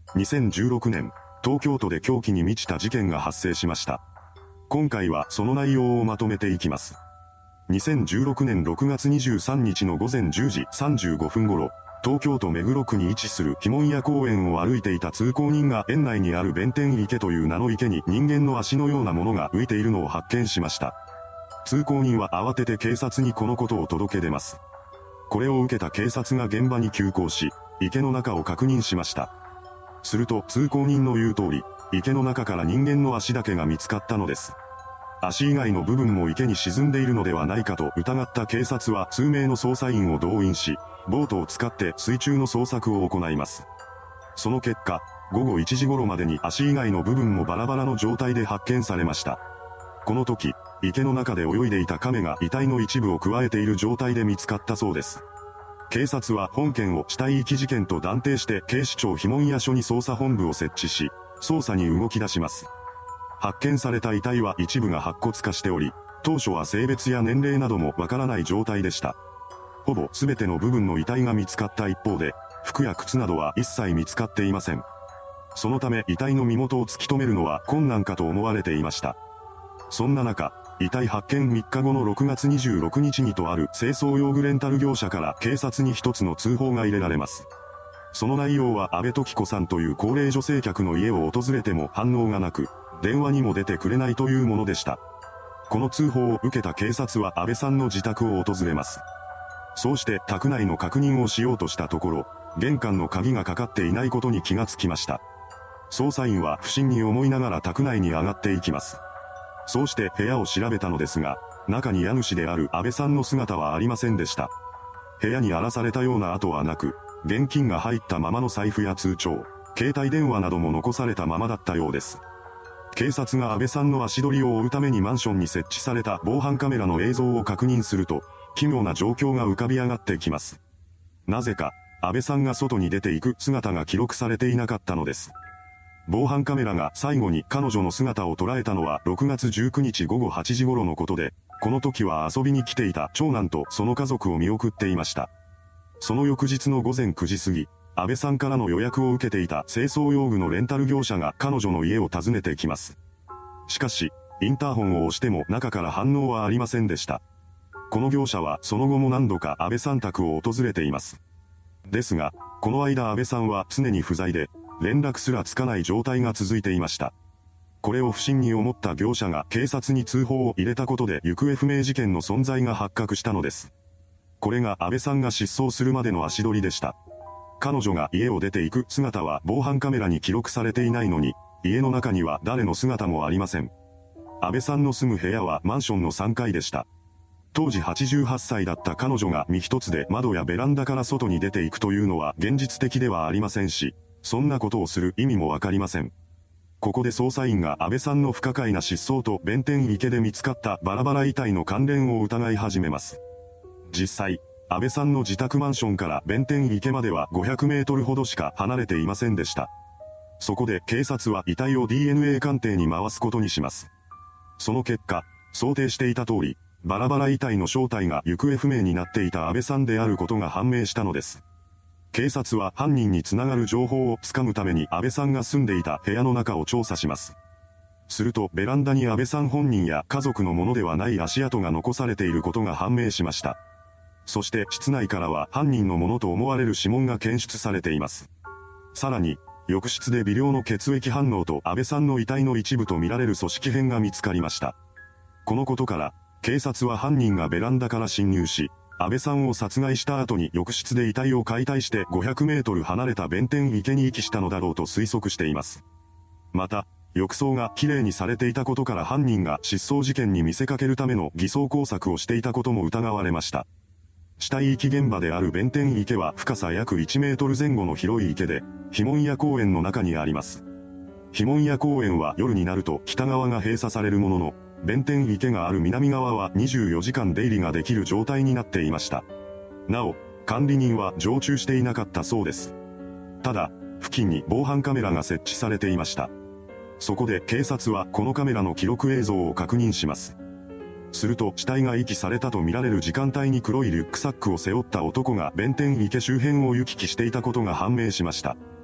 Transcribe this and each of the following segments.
2016年、東京都で狂気に満ちた事件が発生しました。今回はその内容をまとめていきます。2016年6月23日の午前10時35分頃、東京都目黒区に位置する碑文谷公園を歩いていた通行人が園内にある弁天池という名の池に人間の足のようなものが浮いているのを発見しました。通行人は慌てて警察にこのことを届け出ます。これを受けた警察が現場に急行し、池の中を確認しました。すると通行人の言う通り、池の中から人間の足だけが見つかったのです。足以外の部分も池に沈んでいるのではないかと疑った警察は数名の捜査員を動員し、ボートを使って水中の捜索を行います。その結果、午後1時頃までに足以外の部分もバラバラの状態で発見されました。この時、池の中で泳いでいた亀が遺体の一部を加えている状態で見つかったそうです。警察は本件を死体遺棄事件と断定して警視庁碑文谷署に捜査本部を設置し、捜査に動き出します。発見された遺体は一部が白骨化しており、当初は性別や年齢などもわからない状態でした。ほぼ全ての部分の遺体が見つかった一方で、服や靴などは一切見つかっていません。そのため遺体の身元を突き止めるのは困難かと思われていました。そんな中、遺体発見3日後の6月26日にとある清掃用具レンタル業者から警察に一つの通報が入れられます。その内容は安倍時子さんという高齢女性客の家を訪れても反応がなく、電話にも出てくれないというものでした。この通報を受けた警察は安倍さんの自宅を訪れます。そうして宅内の確認をしようとしたところ、玄関の鍵がかかっていないことに気がつきました。捜査員は不審に思いながら宅内に上がっていきます。そうして部屋を調べたのですが、中に家主である安倍さんの姿はありませんでした。部屋に荒らされたような跡はなく、現金が入ったままの財布や通帳、携帯電話なども残されたままだったようです。警察が安倍さんの足取りを追うためにマンションに設置された防犯カメラの映像を確認すると、奇妙な状況が浮かび上がってきます。なぜか、安倍さんが外に出ていく姿が記録されていなかったのです。防犯カメラが最後に彼女の姿を捉えたのは6月19日午後8時頃のことで、この時は遊びに来ていた長男とその家族を見送っていました。その翌日の午前9時過ぎ、安倍さんからの予約を受けていた清掃用具のレンタル業者が彼女の家を訪ねてきます。しかし、インターホンを押しても中から反応はありませんでした。この業者はその後も何度か安倍さん宅を訪れています。ですが、この間安倍さんは常に不在で、連絡すらつかない状態が続いていました。これを不審に思った業者が警察に通報を入れたことで行方不明事件の存在が発覚したのです。これが安倍さんが失踪するまでの足取りでした。彼女が家を出て行く姿は防犯カメラに記録されていないのに、家の中には誰の姿もありません。安倍さんの住む部屋はマンションの3階でした。当時88歳だった彼女が身一つで窓やベランダから外に出ていくというのは現実的ではありませんし、そんなことをする意味もわかりません。ここで捜査員が安倍さんの不可解な失踪と弁天池で見つかったバラバラ遺体の関連を疑い始めます。実際、安倍さんの自宅マンションから弁天池までは500メートルほどしか離れていませんでした。そこで警察は遺体を DNA 鑑定に回すことにします。その結果、想定していた通り、バラバラ遺体の正体が行方不明になっていた安倍さんであることが判明したのです。警察は犯人につながる情報をつかむために安倍さんが住んでいた部屋の中を調査します。するとベランダに安倍さん本人や家族のものではない足跡が残されていることが判明しました。そして室内からは犯人のものと思われる指紋が検出されています。さらに、浴室で微量の血液反応と安倍さんの遺体の一部とみられる組織片が見つかりました。このことから、警察は犯人がベランダから侵入し、安倍さんを殺害した後に浴室で遺体を解体して500メートル離れた弁天池に遺棄したのだろうと推測しています。また、浴槽がきれいにされていたことから犯人が失踪事件に見せかけるための偽装工作をしていたことも疑われました。死体遺棄現場である弁天池は深さ約1メートル前後の広い池で、碑文谷公園の中にあります。碑文谷公園は夜になると北側が閉鎖されるものの、弁天池がある南側は24時間出入りができる状態になっていました。なお、管理人は常駐していなかったそうです。ただ、付近に防犯カメラが設置されていました。そこで警察はこのカメラの記録映像を確認します。すると死体が遺棄されたとみられる時間帯に黒いリュックサックを背負った男が弁天池周辺を行き来していたことが判明しました。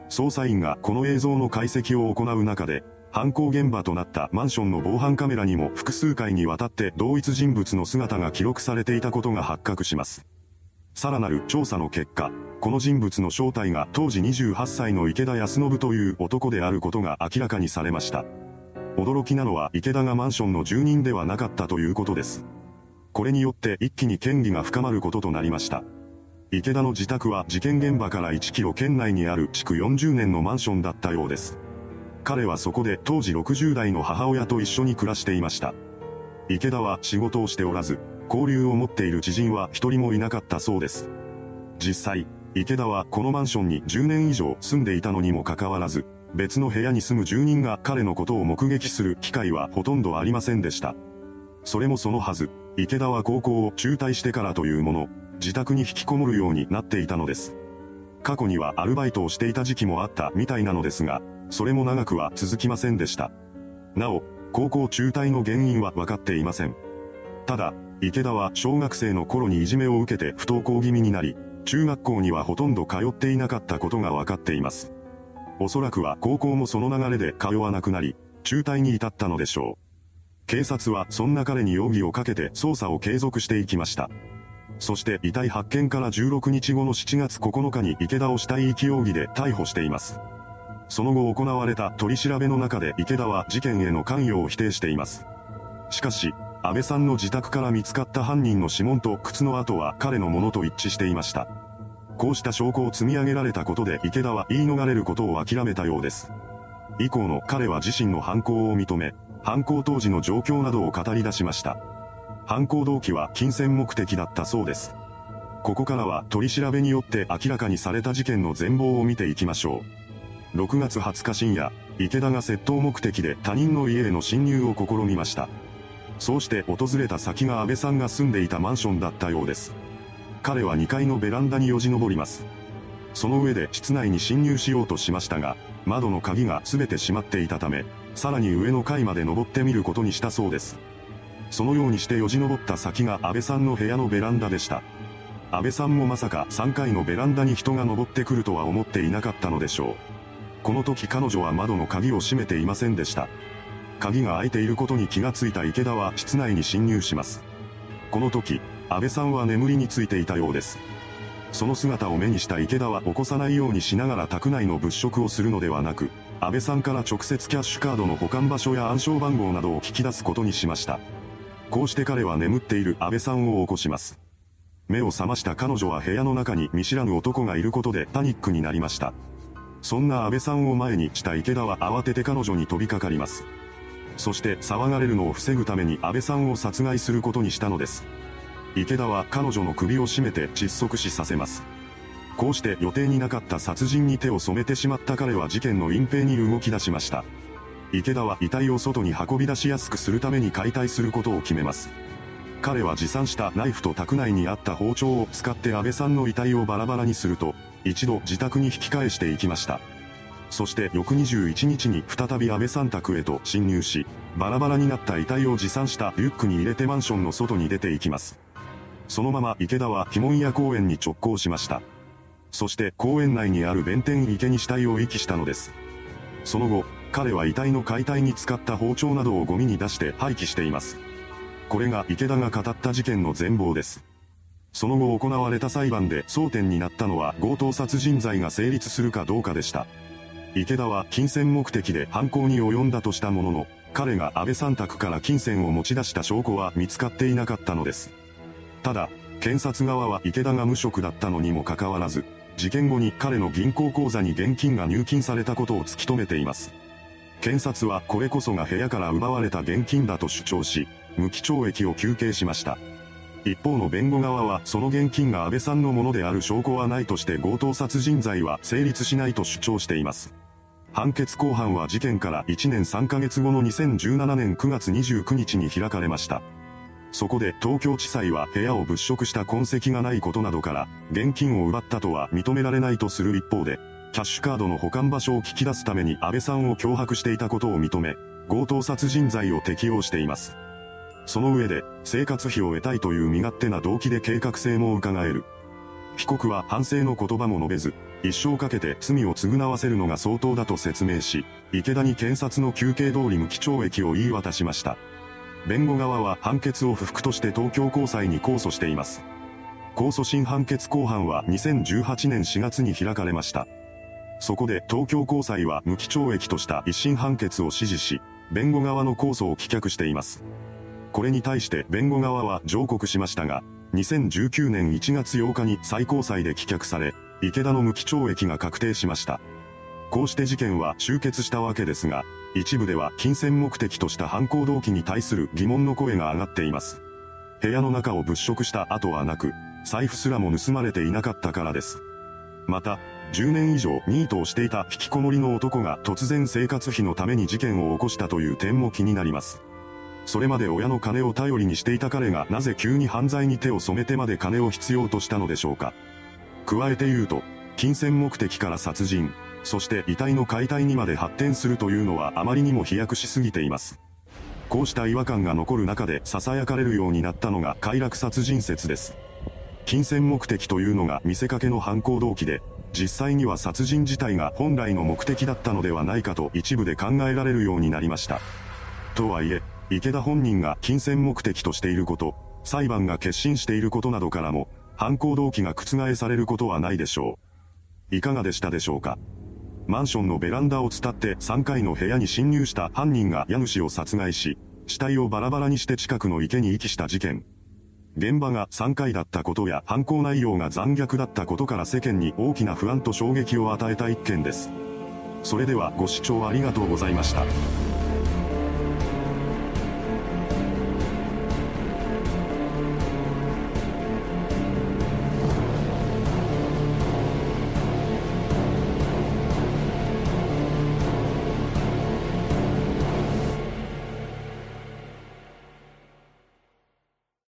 捜査員がこの映像の解析を行う中で、犯行現場となったマンションの防犯カメラにも複数回にわたって同一人物の姿が記録されていたことが発覚します。さらなる調査の結果、この人物の正体が当時28歳の池田康信という男であることが明らかにされました。驚きなのは池田がマンションの住人ではなかったということです。これによって一気に嫌疑が深まることとなりました。池田の自宅は事件現場から1キロ圏内にある築40年のマンションだったようです。彼はそこで当時60代の母親と一緒に暮らしていました。池田は仕事をしておらず、交流を持っている知人は一人もいなかったそうです。実際、池田はこのマンションに10年以上住んでいたのにもかかわらず、別の部屋に住む住人が彼のことを目撃する機会はほとんどありませんでした。それもそのはず、池田は高校を中退してからというもの、自宅に引きこもるようになっていたのです。過去にはアルバイトをしていた時期もあったみたいなのですが、それも長くは続きませんでした。なお、高校中退の原因は分かっていません。ただ、池田は小学生の頃にいじめを受けて不登校気味になり、中学校にはほとんど通っていなかったことが分かっています。おそらくは高校もその流れで通わなくなり、中退に至ったのでしょう。警察はそんな彼に容疑をかけて捜査を継続していきました。そして遺体発見から16日後の7月9日に池田を死体遺棄容疑で逮捕しています。その後行われた取り調べの中で池田は事件への関与を否定しています。しかし、安倍さんの自宅から見つかった犯人の指紋と靴の跡は彼のものと一致していました。こうした証拠を積み上げられたことで池田は言い逃れることを諦めたようです。以降の彼は自身の犯行を認め、犯行当時の状況などを語り出しました。犯行動機は金銭目的だったそうです。ここからは取り調べによって明らかにされた事件の全貌を見ていきましょう。6月20日深夜、池田が窃盗目的で他人の家への侵入を試みました。そうして訪れた先が安倍さんが住んでいたマンションだったようです。彼は2階のベランダによじ登ります。その上で室内に侵入しようとしましたが、窓の鍵が全て閉まっていたため、さらに上の階まで登ってみることにしたそうです。そのようにしてよじ登った先が安倍さんの部屋のベランダでした。安倍さんもまさか3階のベランダに人が登ってくるとは思っていなかったのでしょう。この時彼女は窓の鍵を閉めていませんでした。鍵が開いていることに気がついた池田は室内に侵入します。この時、安倍さんは眠りについていたようです。その姿を目にした池田は起こさないようにしながら宅内の物色をするのではなく、安倍さんから直接キャッシュカードの保管場所や暗証番号などを聞き出すことにしました。こうして彼は眠っている安倍さんを起こします。目を覚ました彼女は部屋の中に見知らぬ男がいることでパニックになりました。そんな安倍さんを前にした池田は慌てて彼女に飛びかかります。そして騒がれるのを防ぐために安倍さんを殺害することにしたのです。池田は彼女の首を絞めて窒息死させます。こうして予定になかった殺人に手を染めてしまった彼は事件の隠蔽に動き出しました。池田は遺体を外に運び出しやすくするために解体することを決めます。彼は持参したナイフと宅内にあった包丁を使って安倍さんの遺体をバラバラにすると、一度自宅に引き返していきました。そして翌21日に再び安倍さん宅へと侵入し、バラバラになった遺体を持参したリュックに入れてマンションの外に出ていきます。そのまま池田は鬼門屋公園に直行しました。そして公園内にある弁天池に死体を遺棄したのです。その後、彼は遺体の解体に使った包丁などをゴミに出して廃棄しています。これが池田が語った事件の全貌です。その後行われた裁判で争点になったのは強盗殺人罪が成立するかどうかでした。池田は金銭目的で犯行に及んだとしたものの、彼が安倍さん宅から金銭を持ち出した証拠は見つかっていなかったのです。ただ、検察側は池田が無職だったのにもかかわらず、事件後に彼の銀行口座に現金が入金されたことを突き止めています。検察はこれこそが部屋から奪われた現金だと主張し、無期懲役を求刑しました。一方の弁護側はその現金が安倍さんのものである証拠はないとして強盗殺人罪は成立しないと主張しています。判決公判は事件から1年3ヶ月後の2017年9月29日に開かれました。そこで東京地裁は部屋を物色した痕跡がないことなどから、現金を奪ったとは認められないとする一方で、キャッシュカードの保管場所を聞き出すために安倍さんを脅迫していたことを認め、強盗殺人罪を適用しています。その上で、生活費を得たいという身勝手な動機で計画性も伺える。被告は反省の言葉も述べず、 一生かけて罪を償わせるのが相当だと説明し、池田に検察の求刑通り無期懲役を言い渡しました。弁護側は判決を不服として東京高裁に控訴しています。控訴審判決公判は2018年4月に開かれました。そこで東京高裁は無期懲役とした一審判決を支持し、弁護側の控訴を棄却しています。これに対して弁護側は上告しましたが、2019年1月8日に最高裁で棄却され、池田の無期懲役が確定しました。こうして事件は終結したわけですが、一部では金銭目的とした犯行動機に対する疑問の声が上がっています。部屋の中を物色した跡はなく、財布すらも盗まれていなかったからです。また、10年以上ニートをしていた引きこもりの男が突然生活費のために事件を起こしたという点も気になります。それまで親の金を頼りにしていた彼がなぜ急に犯罪に手を染めてまで金を必要としたのでしょうか。加えて言うと、金銭目的から殺人、そして遺体の解体にまで発展するというのはあまりにも飛躍しすぎています。こうした違和感が残る中で囁かれるようになったのが快楽殺人説です。金銭目的というのが見せかけの犯行動機で、実際には殺人自体が本来の目的だったのではないかと一部で考えられるようになりました。とはいえ、池田本人が金銭目的としていること、裁判が結審していることなどからも、犯行動機が覆されることはないでしょう。いかがでしたでしょうか。マンションのベランダを伝って3階の部屋に侵入した犯人が家主を殺害し、死体をバラバラにして近くの池に遺棄した事件。現場が3階だったことや犯行内容が残虐だったことから世間に大きな不安と衝撃を与えた一件です。それではご視聴ありがとうございました。